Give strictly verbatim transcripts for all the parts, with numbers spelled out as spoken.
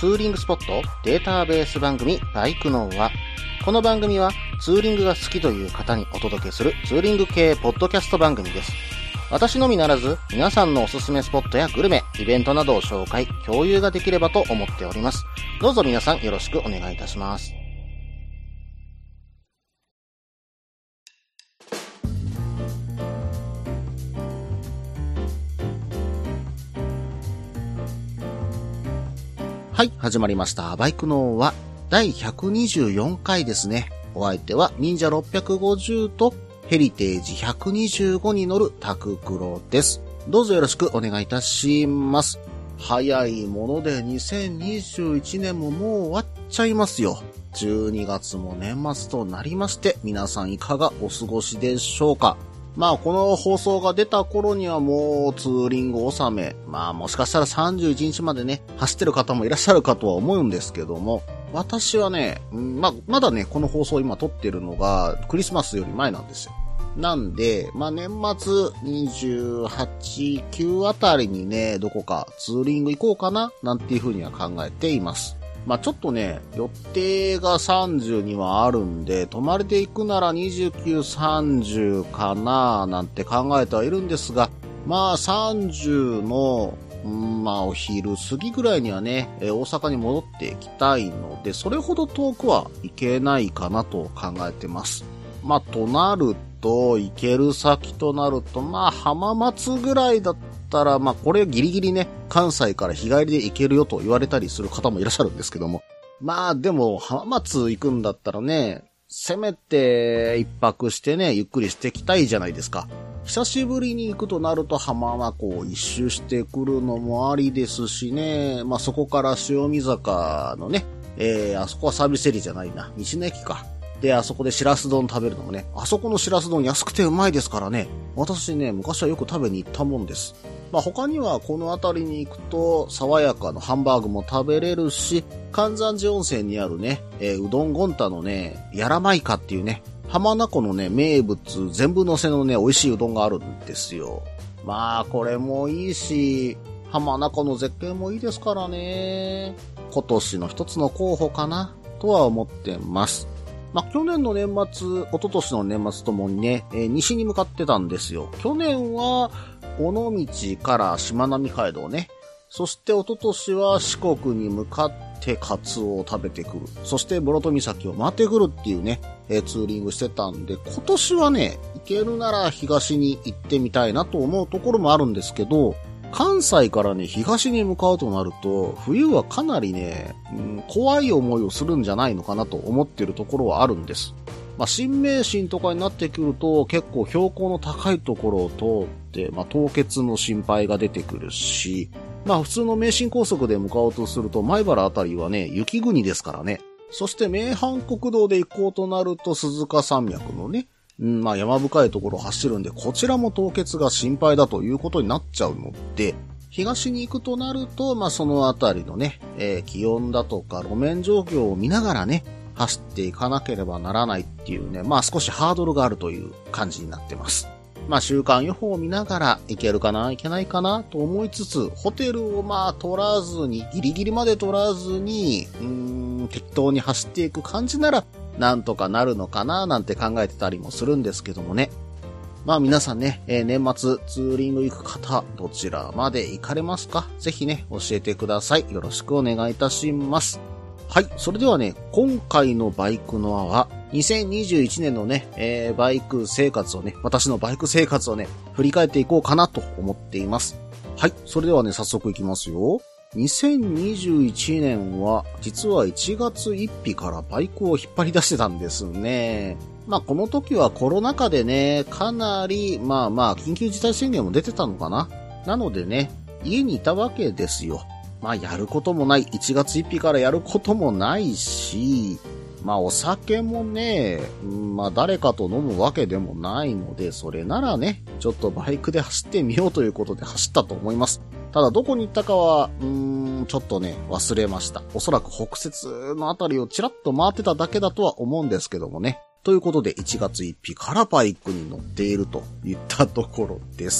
ツーリングスポットデータベース番組バイクの輪。この番組はツーリングが好きという方にお届けするツーリング系ポッドキャスト番組です。私のみならず皆さんのおすすめスポットやグルメ、イベントなどを紹介、共有ができればと思っております。どうぞ皆さんよろしくお願いいたします。はい、始まりました。バイクの輪だいひゃくにじゅうよんかいですね。お相手は忍者ろっぴゃくごじゅうとヘリテージひゃくにじゅうごに乗るタククロです。どうぞよろしくお願いいたします。早いものでにせんにじゅういちねんももう終わっちゃいますよ。じゅうにがつも年末となりまして、皆さんいかがお過ごしでしょうか。まあこの放送が出た頃にはもうツーリング納め、まあもしかしたらさんじゅういちにちまでね、走ってる方もいらっしゃるかとは思うんですけども、私はね、まあまだね、この放送今撮ってるのがクリスマスより前なんですよ。なんで、まあ年末にじゅうはち、きゅうあたりにね、どこかツーリング行こうかな、なんていうふうには考えています。まあちょっとね、予定がさんじゅうにはあるんで、泊まりで行くならにじゅうきゅう、さんじゅうかななんて考えてはいるんですが、まあさんじゅうの、んまあお昼過ぎぐらいにはね、大阪に戻っていきたいので、それほど遠くは行けないかなと考えてます。まあとなると、行ける先となると、まあ浜松ぐらいだったら、まあこれギリギリね、関西から日帰りで行けるよと言われたりする方もいらっしゃるんですけども。まあでも浜松行くんだったらね、せめて一泊してね、ゆっくりしてきたいじゃないですか。久しぶりに行くとなると浜名湖を一周してくるのもありですしね。まあそこから塩見坂のね、えー、あそこはサービスエリじゃないな、道の駅か。で、あそこでしらす丼食べるのもね、あそこのしらす丼安くてうまいですからね。私ね、昔はよく食べに行ったもんです。まあ他にはこの辺りに行くと、爽やかなハンバーグも食べれるし、関山寺温泉にあるね、えー、うどんゴンタのね、やらまいかっていうね、浜名湖のね、名物全部乗せのね、美味しいうどんがあるんですよ。まあこれもいいし、浜名湖の絶景もいいですからね。今年の一つの候補かな、とは思ってます。まあ、去年の年末、一昨年の年末ともにね、えー、西に向かってたんですよ。去年は、尾道からしまなみ海道ね。そして一昨年は四国に向かってカツオを食べてくる。そして室戸岬を回ってくるっていうね、えー、ツーリングしてたんで、今年はね、行けるなら東に行ってみたいなと思うところもあるんですけど、関西からね、東に向かうとなると、冬はかなりね、うん、怖い思いをするんじゃないのかなと思ってるところはあるんです。まあ、新名神とかになってくると、結構標高の高いところを通って、まあ、凍結の心配が出てくるし、まあ、普通の名神高速で向かおうとすると、米原あたりはね、雪国ですからね。そして名阪国道で行こうとなると、鈴鹿山脈のね、うん、まあ山深いところを走るんで、こちらも凍結が心配だということになっちゃうので、東に行くとなると、まあそのあたりのね、えー、気温だとか路面状況を見ながらね、走っていかなければならないっていうね、まあ少しハードルがあるという感じになってます。まあ週間予報を見ながら行けるかな、行けないかなと思いつつ、ホテルをまあ取らずに、ギリギリまで取らずに、うーん、適当に走っていく感じなら、なんとかなるのかななんて考えてたりもするんですけどもね。まあ皆さんね、えー、年末ツーリング行く方、どちらまで行かれますか？ぜひね、教えてください。よろしくお願いいたします。はい、それではね、今回のバイクの輪は、にせんにじゅういちねんのね、えー、バイク生活をね、私のバイク生活をね、振り返っていこうかなと思っています。はい、それではね、早速いきますよ。にせんにじゅういちねんは、実はいちがつついたちからバイクを引っ張り出してたんですね。まあこの時はコロナ禍でね、かなり、まあまあ緊急事態宣言も出てたのかな。なのでね、家にいたわけですよ。まあやることもない、いちがつついたちからやることもないし、まあお酒もね、まあ誰かと飲むわけでもないので、それならね、ちょっとバイクで走ってみようということで走ったと思います。ただどこに行ったかは、うーん、ちょっとね、忘れました。おそらく北摂のあたりをちらっと回ってただけだとは思うんですけどもね。ということでいちがつついたちからバイクに乗っているといったところです。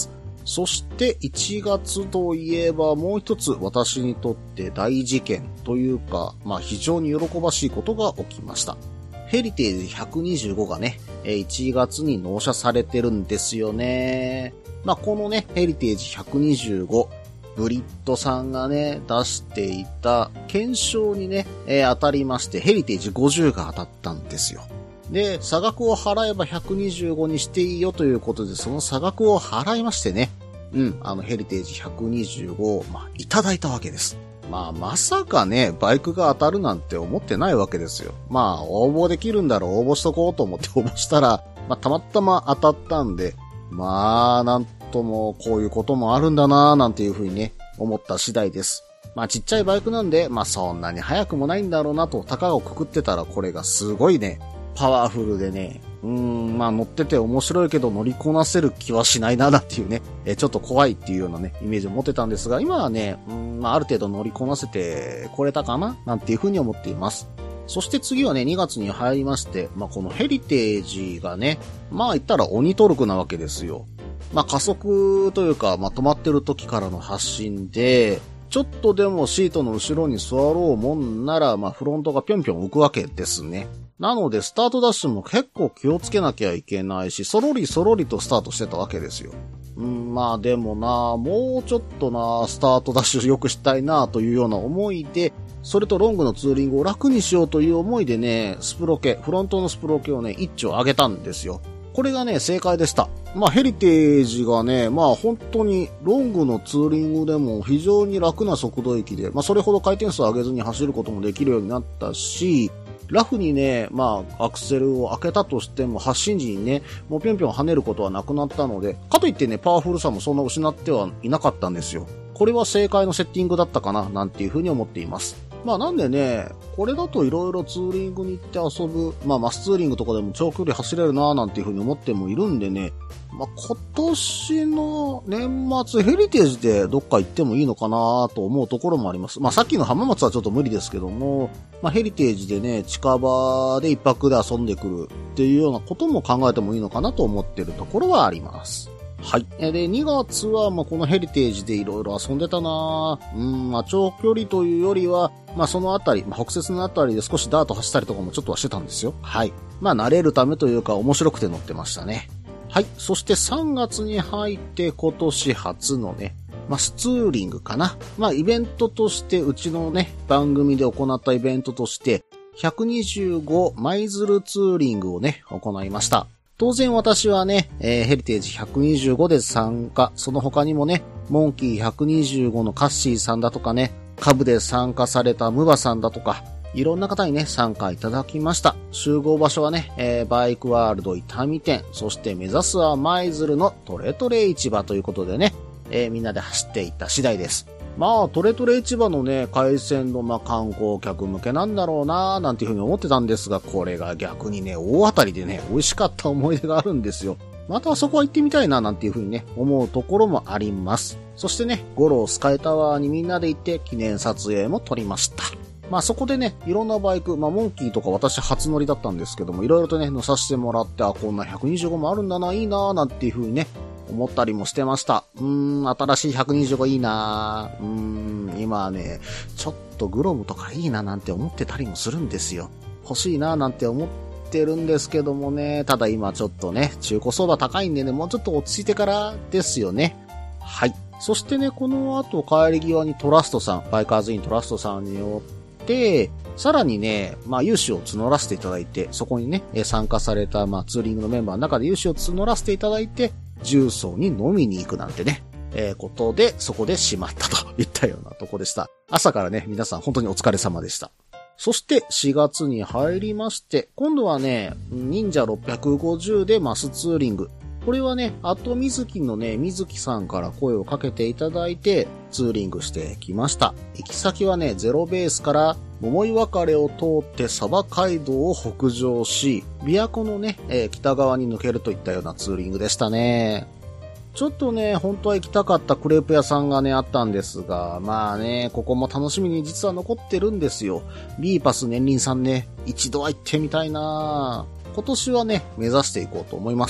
そしていちがつといえばもう一つ私にとって大事件というか、まあ非常に喜ばしいことが起きました。ヘリテージひゃくにじゅうごがね、いちがつに納車されてるんですよね。まあこのね、ヘリテージひゃくにじゅうご、ブリッドさんがね、出していた検証にね、えー、当たりまして、ヘリテージごじゅうが当たったんですよ。で、差額を払えばひゃくにじゅうごにしていいよということで、その差額を払いましてね、うん、あの、ヘリテージひゃくにじゅうごを、まあ、いただいたわけです。まあ、まさかね、バイクが当たるなんて思ってないわけですよ。まあ、応募できるんだろう、応募しとこうと思って応募したら、まあ、たまたま当たったんで、まあ、なんとも、こういうこともあるんだなぁ、なんていうふうにね、思った次第です。まあ、ちっちゃいバイクなんで、まあ、そんなに速くもないんだろうなと、高をくくってたら、これがすごいね、パワフルでね、うーん、まあ乗ってて面白いけど乗りこなせる気はしないな、なんていうね、えちょっと怖いっていうようなね、イメージを持ってたんですが、今はね、うーん、まあある程度乗りこなせてこれたかななんていうふうに思っています。そして次はね、にがつに入りまして、まあこのヘリテージがね、まあ言ったら鬼トルクなわけですよ。まあ加速というか、まあ止まってる時からの発進で、ちょっとでもシートの後ろに座ろうもんなら、まあフロントがぴょんぴょん浮くわけですね。なので、スタートダッシュも結構気をつけなきゃいけないし、そろりそろりとスタートしてたわけですよ。うん、まあでもな、もうちょっとな、スタートダッシュよくしたいな、というような思いで、それとロングのツーリングを楽にしようという思いでね、スプロケ、フロントのスプロケをね、一丁上げたんですよ。これがね、正解でした。まあヘリテージがね、まあ本当にロングのツーリングでも非常に楽な速度域で、まあそれほど回転数上げずに走ることもできるようになったし、ラフにね、まあ、アクセルを開けたとしても、発進時にね、もうぴょんぴょん跳ねることはなくなったので、かといってね、パワフルさもそんな失ってはいなかったんですよ。これは正解のセッティングだったかな、なんていうふうに思っています。まあなんでね、これだと色々ツーリングに行って遊ぶ、まあマスツーリングとかでも長距離走れるな、なんていうふうに思ってもいるんでね、まあ今年の年末ヘリテージでどっか行ってもいいのかなと思うところもあります。まあさっきの浜松はちょっと無理ですけども、まあヘリテージでね、近場で一泊で遊んでくるっていうようなことも考えてもいいのかなと思ってるところはあります。はい。で、にがつは、まあ、このヘリテージでいろいろ遊んでたなぁ。うん、まあ、長距離というよりは、まあ、そのあたり、まあ、北節のあたりで少しダート走ったりとかもちょっとはしてたんですよ。はい。まあ、慣れるためというか、面白くて乗ってましたね。はい。そしてさんがつに入って今年初のね、まあ、スツーリングかな。まあ、イベントとして、うちのね、番組で行ったイベントとして、ひゃくにじゅうごマイズルツーリングをね、行いました。当然私はね、えー、ヘリテージひゃくにじゅうごで参加、その他にもね、モンキーひゃくにじゅうごのカッシーさんだとかね、株で参加されたムバさんだとか、いろんな方にね、参加いただきました。集合場所はね、えー、バイクワールド伊丹店、そして目指すは舞鶴のトレトレ市場ということでね、えー、みんなで走っていった次第です。まあ、トレトレ市場のね、海鮮のまあ観光客向けなんだろうなーなんていうふうに思ってたんですが、これが逆にね、大当たりでね、美味しかった思い出があるんですよ。またそこは行ってみたいななんていうふうにね、思うところもあります。そしてね、ゴロースカイタワーにみんなで行って記念撮影も撮りました。まあそこでね、いろんなバイク、まあモンキーとか私初乗りだったんですけども、いろいろとね、乗させてもらって、あ、こんなひゃくにじゅうごもあるんだな、いいなーなんていうふうにね、思ったりもしてました。うーん、新しいひゃくにじゅうごいいなー。うーん、今はね、ちょっとグロムとかいいななんて思ってたりもするんですよ。欲しいななんて思ってるんですけどもね、ただ今ちょっとね、中古相場高いんでね、もうちょっと落ち着いてからですよね。はい。そしてね、この後帰り際にトラストさん、バイカーズイントラストさんによって、さらにね、まあ、融資を募らせていただいて、そこにね、参加された、まあ、ツーリングのメンバーの中で融資を募らせていただいて、重曹に飲みに行くなんてね、えー、ことで、そこでしまったといったようなとこでした。朝からね、皆さん本当にお疲れ様でした。そしてしがつに入りまして、今度はね、忍者ろっぴゃくごじゅうでマスツーリング。これはね、あとみずきのね、みずきさんから声をかけていただいて、ツーリングしてきました。行き先はね、ゼロベースから桃井別れを通って鯖街道を北上し、琵琶湖のね、えー、北側に抜けるといったようなツーリングでしたね。ちょっとね、本当は行きたかったクレープ屋さんがね、あったんですが、まあね、ここも楽しみに実は残ってるんですよ。ビーパス年輪さんね、一度は行ってみたいな。今年はね、目指していこうと思います。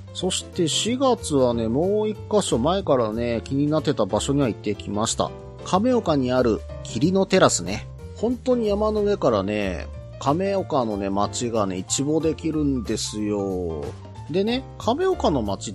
そしてしがつはね、もう一箇所前からね、気になってた場所には行ってきました。亀岡にある霧のテラスね。本当に山の上からね、亀岡のね、街がね、一望できるんですよ。でね、亀岡の街って、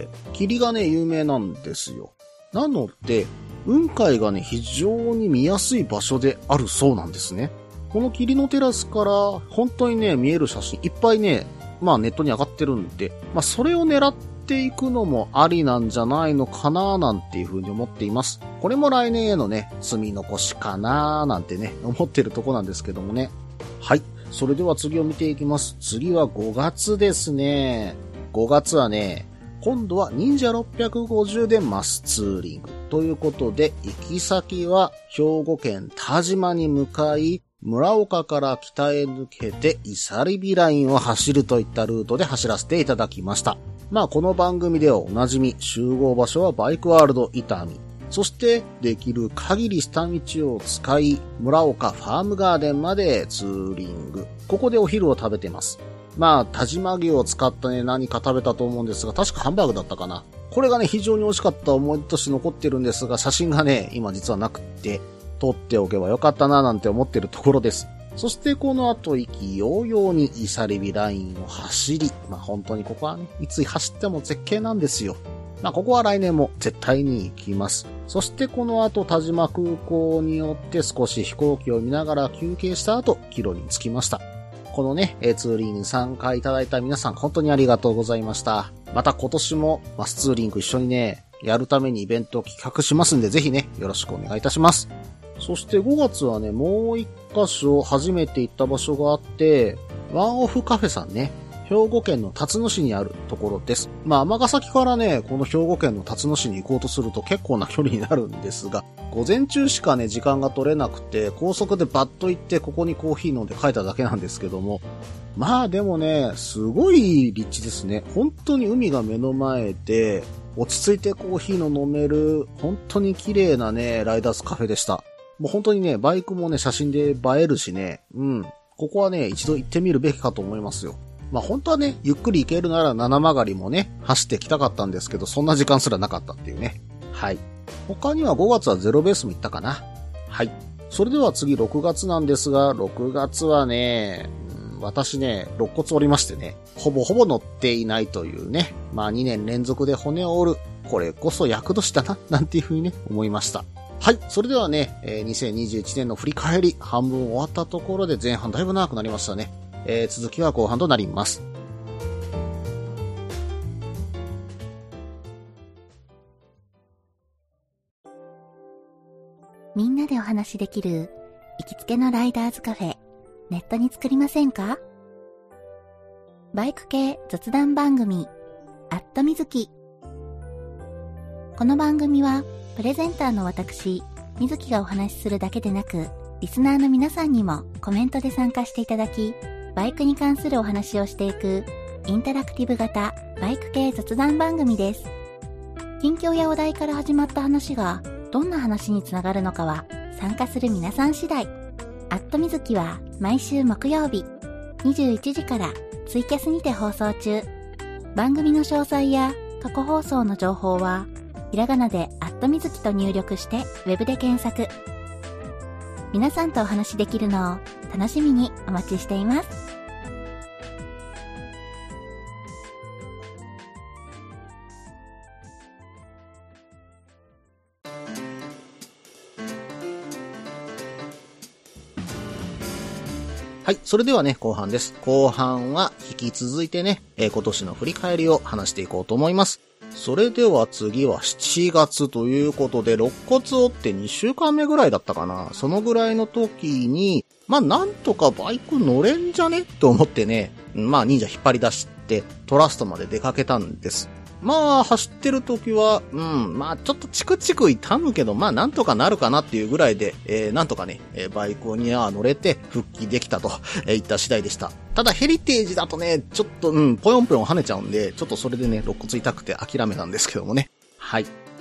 霧がね、有名なんですよ。なので、雲海がね、非常に見やすい場所であるそうなんですね。この霧のテラスから、本当にね、見える写真いっぱいね、まあネットに上がってるんで、まあそれを狙っていくのもありなんじゃないのかななんていうふうに思っています。これも来年へのね、積み残しかななんてね、思ってるとこなんですけどもね。はい。それでは次を見ていきます。次はごがつですね。ごがつはね、今度は忍者ろっぴゃくごじゅうでマスツーリング。ということで、行き先は兵庫県田島に向かい、村岡から北へ抜けてイサリビラインを走るといったルートで走らせていただきました。まあこの番組ではおなじみ、集合場所はバイクワールド伊丹。そしてできる限り下道を使い、村岡ファームガーデンまでツーリング。ここでお昼を食べてます。まあ田島牛を使ったね、何か食べたと思うんですが、確かハンバーグだったかな。これがね、非常に美味しかった思い出として残ってるんですが、写真がね、今実はなくって、撮っておけばよかったななんて思ってるところです。そしてこの後意気揚々にイサリビラインを走り、まあ本当にここはね、いつ走っても絶景なんですよ。まあここは来年も絶対に行きます。そしてこの後田島空港によって少し飛行機を見ながら休憩した後、帰路に着きました。このね、ツーリングに参加いただいた皆さん本当にありがとうございました。また今年もマスツーリング一緒にね、やるためにイベントを企画しますんで、ぜひね、よろしくお願いいたします。そしてごがつはね、もう一箇所初めて行った場所があって、ワンオフカフェさんね、兵庫県の辰野市にあるところです。まあ、尼崎からね、この兵庫県の辰野市に行こうとすると結構な距離になるんですが、午前中しかね、時間が取れなくて、高速でバッと行ってここにコーヒー飲んで帰っただけなんですけども、まあでもね、すごい立地ですね。本当に海が目の前で、落ち着いてコーヒーの飲める、本当に綺麗なね、ライダースカフェでした。もう本当にね、バイクもね、写真で映えるしね、うん。ここはね、一度行ってみるべきかと思いますよ。まあ本当はね、ゆっくり行けるなら七曲りもね、走ってきたかったんですけど、そんな時間すらなかったっていうね。はい。他にはごがつはゼロベースも行ったかな。はい。それでは次ろくがつなんですが、ろくがつはね、うん、私ね、肋骨折りましてね、ほぼほぼ乗っていないというね、まあにねん連続で骨を折る。これこそ厄年だな、なんていう風にね、思いました。はい。それではね、えー、にせんにじゅういちねんの振り返り、半分終わったところで前半だいぶ長くなりましたね。えー、続きは後半となります。 みんなでお話しできる行きつけのライダーズカフェ、ネットに作りませんか？バイク系雑談番組、アットみずき。この番組はプレゼンターの私、みずきがお話しするだけでなく、リスナーの皆さんにもコメントで参加していただき、バイクに関するお話をしていくインタラクティブ型バイク系雑談番組です。近況やお題から始まった話がどんな話につながるのかは参加する皆さん次第。アットみずきは毎週木曜日にじゅういちじからツイキャスにて放送中。番組の詳細や過去放送の情報はひらがなでアットみずきと入力してウェブで検索。皆さんとお話しできるのを楽しみにお待ちしています。 はい。それではね、後半です。後半は引き続いてね、えー、今年の振り返りを話していこうと思います。それでは次はしちがつということで、肋骨折ってにしゅうかんめぐらいだったかな。そのぐらいの時に、まあなんとかバイク乗れんじゃねと思ってね、まあ忍者引っ張り出してトラストまで出かけたんです。まあ走ってる時は、うん、まあちょっとチクチク痛むけど、まあなんとかなるかなっていうぐらいで、えー、なんとかね、えー、バイクには乗れて復帰できたと、えー、いった次第でした。ただヘリテージだとね、ちょっと、うん、ぽよんぽよん跳ねちゃうんで、ちょっとそれでね、肋骨痛くて諦めたんですけどもね。はい。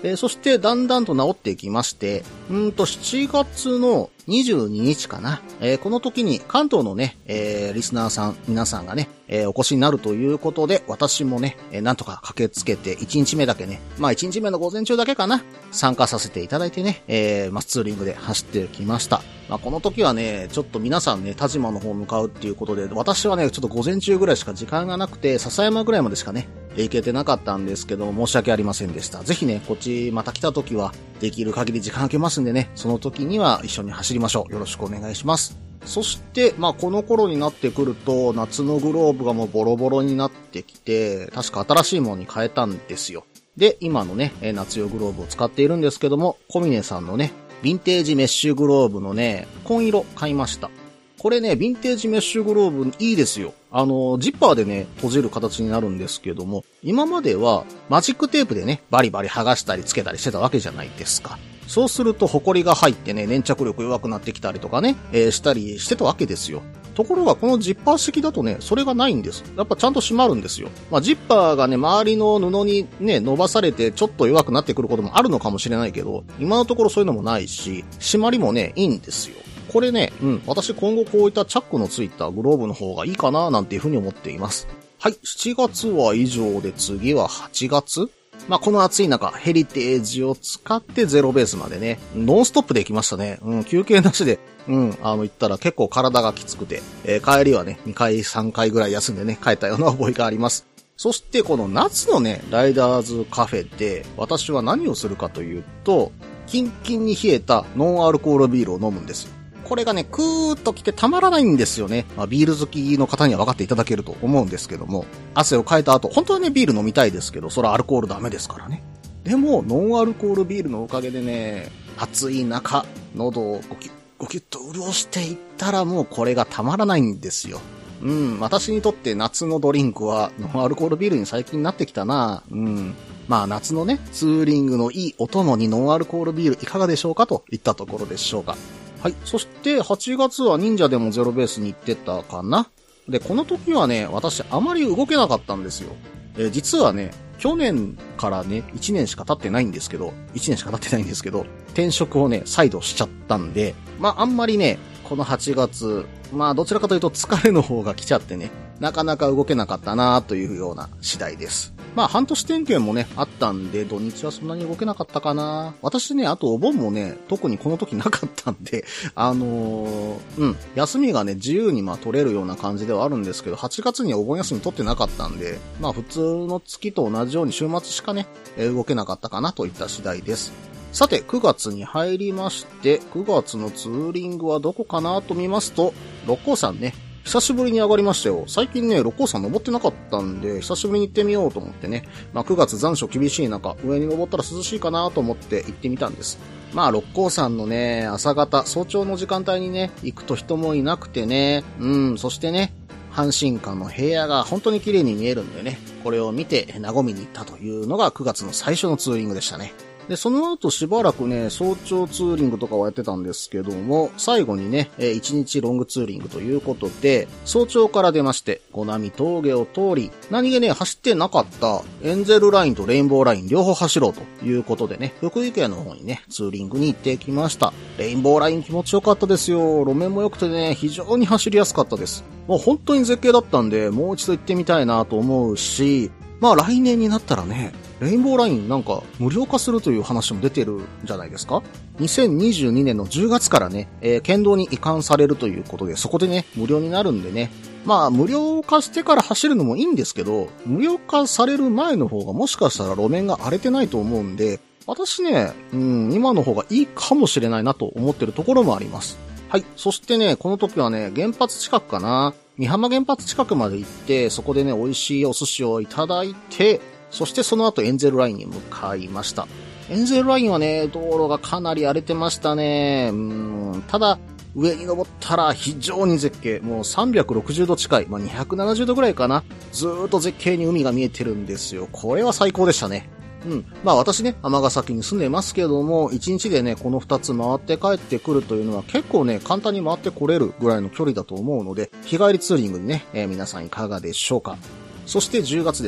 えー、そしてだんだんと治っていきまして、うんとしちがつのにじゅうににちかな。えー、この時に関東のね、えー、リスナーさん、皆さんがね、えー、お越しになるということで、私もね、えー、なんとか駆けつけていちにちめだけね、まあいちにちめの午前中だけかな、参加させていただいてね、えー、まあツーリングで走ってきました。まあこの時はね、ちょっと皆さんね、田島の方向かうっていうことで、私はね、ちょっと午前中ぐらいしか時間がなくて、笹山ぐらいまでしかね、行けてなかったんですけど、申し訳ありませんでした。ぜひね、こっちまた来た時は、できる限り時間空けますんでね、その時には一緒に走りましょう。よろしくお願いします。そして、まあこの頃になってくると、夏のグローブがもうボロボロになってきて、確か新しいものに変えたんですよ。で、今のね、夏用グローブを使っているんですけども、小峰さんのね、ヴィンテージメッシュグローブのね、紺色買いました。これね、ヴィンテージメッシュグローブいいですよ。あの、ジッパーでね、閉じる形になるんですけども、今まではマジックテープでね、バリバリ剥がしたりつけたりしてたわけじゃないですか。そうすると、ホコリが入ってね、粘着力弱くなってきたりとかね、えー、したりしてたわけですよ。ところが、このジッパー式だとね、それがないんです。やっぱちゃんと閉まるんですよ。まあ、ジッパーがね、周りの布にね、伸ばされてちょっと弱くなってくることもあるのかもしれないけど、今のところそういうのもないし、締まりもね、いいんですよ。これね、うん、私今後こういったチャックのついたグローブの方がいいかななんていうふうに思っています。はい、しちがつは以上で次ははちがつ？まあ、この暑い中、ヘリテージを使ってゼロベースまでね、ノンストップで行きましたね。うん、休憩なしで、うん、あの、行ったら結構体がきつくて、えー、帰りはね、にかい、さんかいぐらい休んでね、帰ったような覚えがあります。そしてこの夏のね、ライダーズカフェで、私は何をするかというと、キンキンに冷えたノンアルコールビールを飲むんですよ。これがね、クーッときてたまらないんですよね。まあ、ビール好きの方には分かっていただけると思うんですけども、汗をかいた後、本当はね、ビール飲みたいですけど、それはアルコールダメですからね。でも、ノンアルコールビールのおかげでね、暑い中、喉をゴキッ、ゴキッと潤していったらもうこれがたまらないんですよ。うん、私にとって夏のドリンクはノンアルコールビールに最近なってきたな。うん。まあ夏のね、ツーリングのいいお供にノンアルコールビールいかがでしょうかといったところでしょうか。はい。そして、はちがつは忍者でもゼロベースに行ってたかな。で、この時はね、私あまり動けなかったんですよ。えー、実はね、去年からね、いちねんしか経ってないんですけど、いちねんしか経ってないんですけど、転職をね、再度しちゃったんで、まああんまりね、このはちがつ、まあどちらかというと疲れの方が来ちゃってね、なかなか動けなかったなというような次第です。まあ半年点検もね、あったんで、土日はそんなに動けなかったかな。私ね、あとお盆もね、特にこの時なかったんで、あのー、うん、休みがね、自由にまあ取れるような感じではあるんですけど、はちがつにはお盆休み取ってなかったんで、まあ普通の月と同じように週末しかね、動けなかったかなといった次第です。さて、くがつに入りまして、くがつのツーリングはどこかなと見ますと、六甲山ね、久しぶりに上がりましたよ。最近ね、六甲山登ってなかったんで、久しぶりに行ってみようと思ってね。まあくがつ残暑厳しい中、上に登ったら涼しいかなと思って行ってみたんです。まあ六甲山のね、朝方、早朝の時間帯にね、行くと人もいなくてね、うん、そしてね、阪神間の部屋が本当に綺麗に見えるんでね、これを見て和みに行ったというのがくがつの最初のツーリングでしたね。で、その後しばらくね、早朝ツーリングとかをやってたんですけども、最後にね、いちにちロングツーリングということで、早朝から出まして、小波峠を通り、何気ね、走ってなかったエンゼルラインとレインボーライン両方走ろうということでね、福井県の方にね、ツーリングに行ってきました。レインボーライン気持ちよかったですよ。路面も良くてね、非常に走りやすかったです。もう本当に絶景だったんで、もう一度行ってみたいなと思うし、まあ来年になったらね、レインボーラインなんか無料化するという話も出てるんじゃないですか。にせんにじゅうにねんのじゅうがつからね、えー、県道に移管されるということで、そこでね、無料になるんでね。まあ無料化してから走るのもいいんですけど、無料化される前の方がもしかしたら路面が荒れてないと思うんで、私ね、うん、今の方がいいかもしれないなと思ってるところもあります。はい。そしてね、この時はね、原発近くかな。美浜原発近くまで行って、そこでね、美味しいお寿司をいただいて、そしてその後エンゼルラインに向かいました。エンゼルラインはね、道路がかなり荒れてましたね。うーん、ただ、上に登ったら非常に絶景。もうさんびゃくろくじゅうど近い。まあ、にひゃくななじゅうどぐらいかな。ずーっと絶景に海が見えてるんですよ。これは最高でしたね。うん。まあ私ね、尼崎に住んでますけども、一日でね、この二つ回って帰ってくるというのは結構ね、簡単に回ってこれるぐらいの距離だと思うので、日帰りツーリングにね、えー、皆さんいかがでしょうか。そしてじゅうがつです。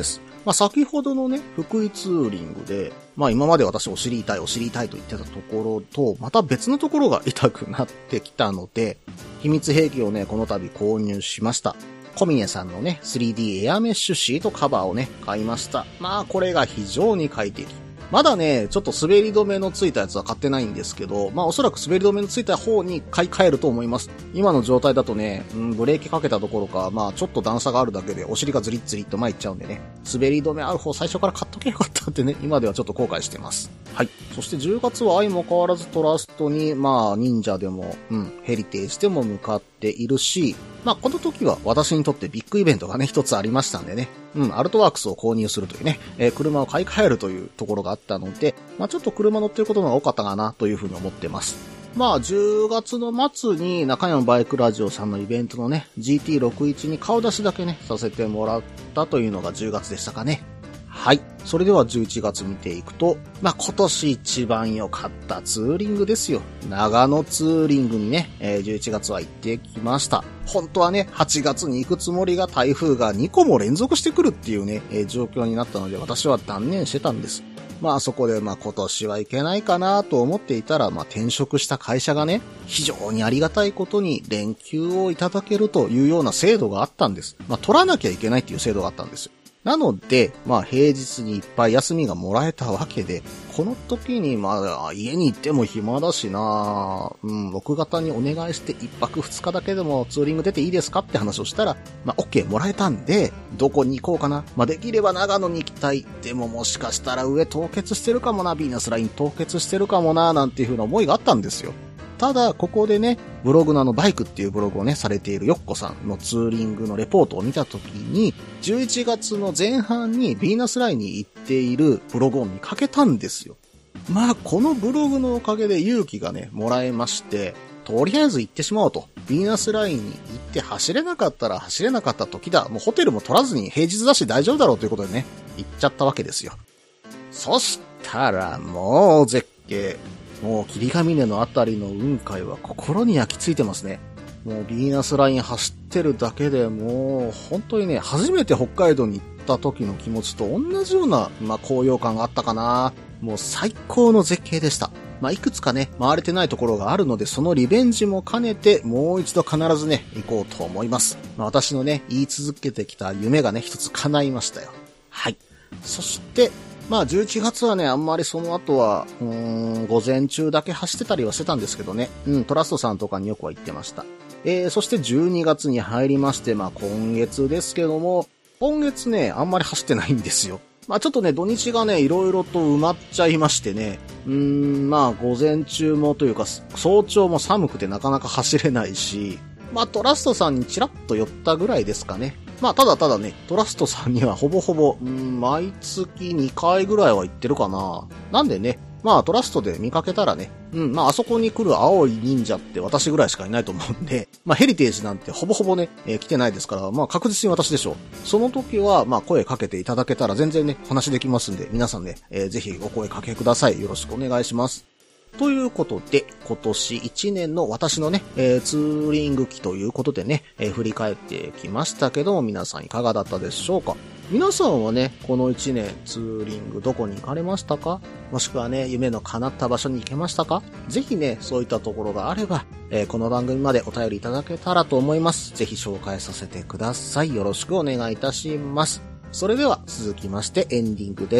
まあ、先ほどのね、福井ツーリングで、まあ、今まで私お尻痛いお尻痛いと言ってたところと、また別のところが痛くなってきたので、秘密兵器をね、この度購入しました。コミネさんのね、スリーディー エアメッシュシートカバーをね、買いました。まあ、これが非常に快適。まだね、ちょっと滑り止めのついたやつは買ってないんですけど、まあおそらく滑り止めのついた方に買い替えると思います。今の状態だとね、うん、ブレーキかけたところか、まあちょっと段差があるだけでお尻がズリッズリッと前行っちゃうんでね、滑り止めある方最初から買っとけばよかったってね、今ではちょっと後悔してます。はい。そしてじゅうがつは相も変わらずトラストに、まあ忍者でも、うん、ヘリテージでも向かっているし、まあこの時は私にとってビッグイベントがね、一つありましたんでね、うん、アルトワークスを購入するというね、えー、車を買い替えるというところがあったので、まあちょっと車乗ってることの方が多かったかなというふうに思ってます。まあじゅうがつの末に中山バイクラジオさんのイベントのね、ジーティーろくじゅういち に顔出しだけね、させてもらったというのがじゅうがつでしたかね。はい。それではじゅういちがつ見ていくと、まあ、今年一番良かったツーリングですよ。長野ツーリングにね、えー、じゅういちがつは行ってきました。本当はね、はちがつに行くつもりが台風がにこも連続してくるっていうね、えー、状況になったので私は断念してたんです。まあそこでまあ今年はいけないかなと思っていたら、まあ転職した会社がね、非常にありがたいことに連休をいただけるというような制度があったんです。まあ取らなきゃいけないっていう制度があったんですよ。なので、まあ平日にいっぱい休みがもらえたわけで、この時にまあ家に行っても暇だしな、うん、僕方にお願いしていっぱくふつかだけでもツーリング出ていいですかって話をしたら、まあ OK もらえたんで、どこに行こうかな。まあできれば長野に行きたい。でももしかしたら上凍結してるかもな、ビーナスライン凍結してるかもな、なんていう風な思いがあったんですよ。ただ、ここでね、ブログのあのバイクっていうブログをね、されているヨッコさんのツーリングのレポートを見たときに、じゅういちがつの前半にビーナスラインに行っているブログを見かけたんですよ。まあ、このブログのおかげで勇気がね、もらえまして、とりあえず行ってしまおうと。ビーナスラインに行って走れなかったら走れなかった時だ。もうホテルも取らずに平日だし大丈夫だろうということでね、行っちゃったわけですよ。そしたら、もう絶景。もう霧ヶ峰のあたりの雲海は心に焼き付いてますね。もうビーナスライン走ってるだけでもう本当にね、初めて北海道に行った時の気持ちと同じような、まあ、高揚感があったかな。もう最高の絶景でした。まあ、いくつかね、回れてないところがあるので、そのリベンジも兼ねて、もう一度必ずね、行こうと思います。まあ、私のね、言い続けてきた夢がね、一つ叶いましたよ。はい。そして、まあじゅういちがつはね、あんまりその後は、うーん、午前中だけ走ってたりはしてたんですけどね。うん、トラストさんとかによくは行ってました。えー、そしてじゅうにがつに入りまして、まあ今月ですけども、今月ね、あんまり走ってないんですよ。まあちょっとね、土日がね、いろいろと埋まっちゃいましてね、うーん、まあ午前中もというか、早朝も寒くてなかなか走れないし、まあトラストさんにチラッと寄ったぐらいですかね。まあただただね、トラストさんにはほぼほぼ、うん、毎月にかいぐらいは行ってるかな。なんでね、まあトラストで見かけたらね、うん、まああそこに来る青い忍者って私ぐらいしかいないと思うんで、まあヘリテージなんてほぼほぼね、えー、来てないですから、まあ確実に私でしょう。その時は、まあ声かけていただけたら全然ね、話できますんで、皆さんね、えー、ぜひお声かけください。よろしくお願いします。ということで、今年いちねんの私のね、えー、ツーリング期ということでね、えー、振り返ってきましたけども、皆さんいかがだったでしょうか？皆さんはね、このいちねんツーリングどこに行かれましたか？もしくはね、夢の叶った場所に行けましたか？ぜひね、そういったところがあれば、えー、この番組までお便りいただけたらと思います。ぜひ紹介させてください。よろしくお願いいたします。それでは続きましてエンディングです。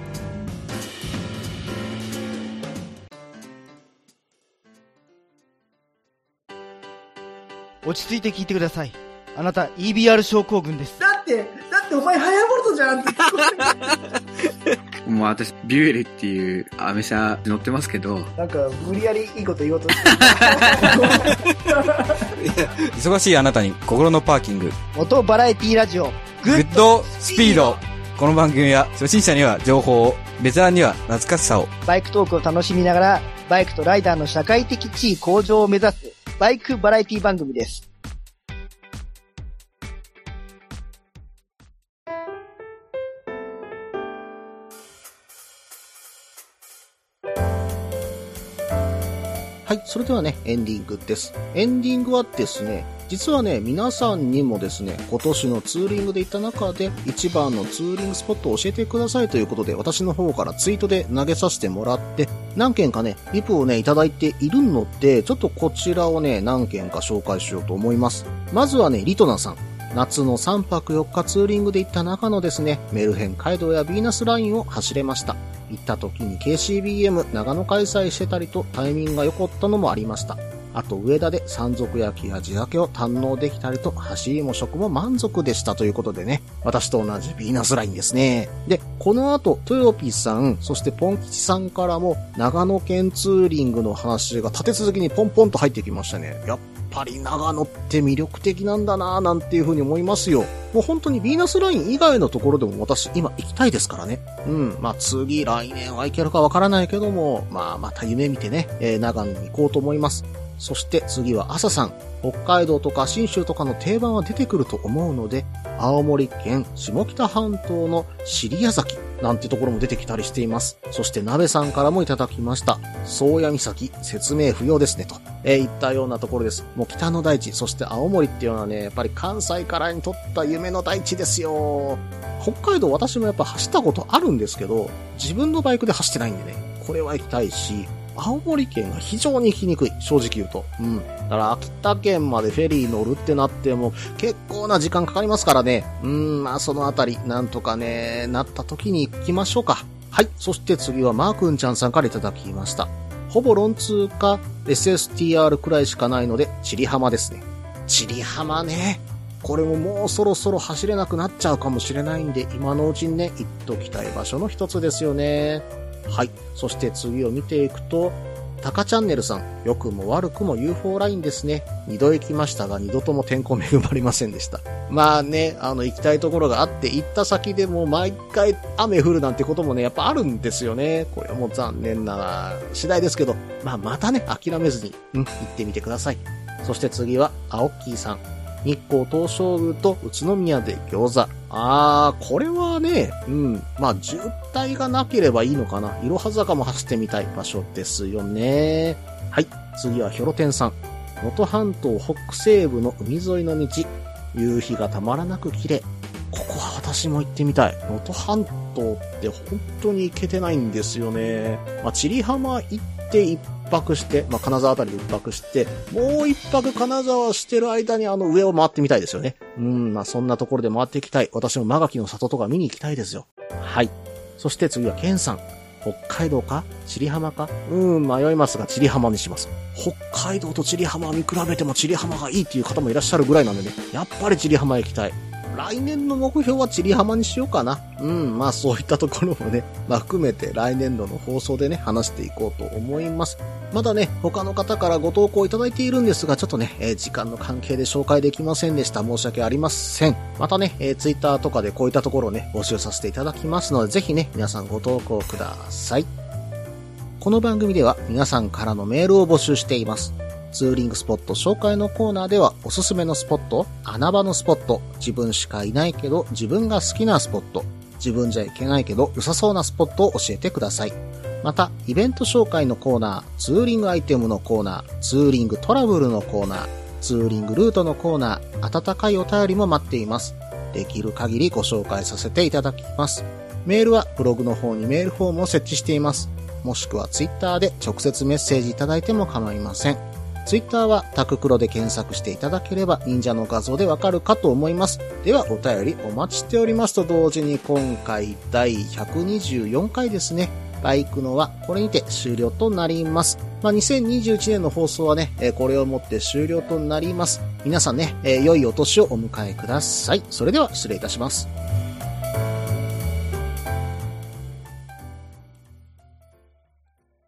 落ち着いて聞いてください。あなた イービーアール 症候群です。 だって、だってお前ハヤボルトじゃんって。 もう私、ビュエルっていうアメ車乗ってますけど。 なんか、無理やりいいこと言おうとして忙しいあなたに心のパーキング。 元バラエティラジオ、 グッドスピード。この番組は初心者には情報を、ベテランには懐かしさを。 バイクトークを楽しみながら、バイクとライダーの社会的地位向上を目指す、バイクバラエティ番組です。 はい、それではね、エンディングです。エンディングはですね、 実はね、皆さんにもですね、今年のツーリングで行った中で一番のツーリングスポットを教えてくださいということで、私の方からツイートで投げさせてもらって、何件かね、リプをね、いただいているので、ちょっとこちらをね、何件か紹介しようと思います。まずはね、リトナさん。夏のさんぱくよっかツーリングで行った中のですね、メルヘン街道やヴィーナスラインを走れました。行った時に ケーシービーエム 長野開催してたりとタイミングが良かったのもありました。あと上田で山賊焼きや地焼けを堪能できたりと走りも食も満足でしたということでね、私と同じヴィーナスラインですね。で、この後トヨピさん、そしてポン吉さんからも長野県ツーリングの話が立て続けにポンポンと入ってきましたね。やっぱり長野って魅力的なんだなぁなんていう風に思いますよ。もう本当にヴィーナスライン以外のところでも私今行きたいですからね。うん。まあ次来年は行けるかわからないけども、まあまた夢見てね、えー、長野に行こうと思います。そして次は朝さん。北海道とか信州とかの定番は出てくると思うので、青森県下北半島の尻屋崎なんてところも出てきたりしています。そして鍋さんからもいただきました。宗谷岬、説明不要ですねと、えー、言ったようなところです。もう北の大地、そして青森っていうのはね、やっぱり関西からにとった夢の大地ですよ。北海道私もやっぱ走ったことあるんですけど、自分のバイクで走ってないんでね、これは行きたいし、青森県が非常に行きにくい、正直言うと。うん。だから秋田県までフェリー乗るってなっても結構な時間かかりますからね。うん、まあそのあたり、なんとかね、なった時に行きましょうか。はい。そして次はマー君ちゃんさんからいただきました。ほぼロンツーか エスエスティーアール くらいしかないので、千里浜ですね。千里浜ね。これももうそろそろ走れなくなっちゃうかもしれないんで、今のうちにね、行っときたい場所の一つですよね。はい。そして次を見ていくと、タカチャンネルさん、良くも悪くも ユーフォー ラインですね。二度行きましたが、二度とも天候恵まりませんでした。まあね、あの、行きたいところがあって、行った先でも毎回雨降るなんてこともね、やっぱあるんですよね。これはもう残念な次第ですけど、まあまたね、諦めずに、うん、行ってみてください。そして次は、青木さん。日光東照宮と宇都宮で餃子。あー、これはね、うん。まあ、渋滞がなければいいのかな。いろは坂も走ってみたい場所ですよね。はい。次はヒョロテンさん。能登半島北西部の海沿いの道。夕日がたまらなく綺麗。ここは私も行ってみたい。能登半島って本当に行けてないんですよね。まあ、千里浜行って一泊して、まあ、金沢あたりで一泊して、もう一泊金沢してる間にあの上を回ってみたいですよね。うん、まあ、そんなところで回っていきたい。私も間垣の里とか見に行きたいですよ。はい。そして次はケンさん。北海道か千里浜かうーん、迷いますが、千里浜にします。北海道と千里浜を見比べても千里浜がいいっていう方もいらっしゃるぐらいなんでね、やっぱり千里浜行きたい。来年の目標は千里浜にしようかな。うん、まあそういったところもね、まあ含めて来年度の放送でね、話していこうと思います。まだね、他の方からご投稿いただいているんですが、ちょっとね、えー、時間の関係で紹介できませんでした。申し訳ありません。またね、えー、ツイッターとかでこういったところをね、募集させていただきますので、ぜひね、皆さんご投稿ください。この番組では皆さんからのメールを募集しています。ツーリングスポット紹介のコーナーではおすすめのスポット、穴場のスポット、自分しかいないけど自分が好きなスポット、自分じゃいけないけど良さそうなスポットを教えてください。また、イベント紹介のコーナー、ツーリングアイテムのコーナー、ツーリングトラブルのコーナー、ツーリングルートのコーナー、温かいお便りも待っています。できる限りご紹介させていただきます。メールはブログの方にメールフォームを設置しています。もしくはツイッターで直接メッセージいただいても構いません。ツイッターはタククロで検索していただければ忍者の画像でわかるかと思います。ではお便りお待ちしておりますと同時に今回だいひゃくにじゅうよんかいですね。バイクのはこれにて終了となります。まあ、にせんにじゅういちねんの放送はね、これをもって終了となります。皆さんね、良いお年をお迎えください。それでは失礼いたします。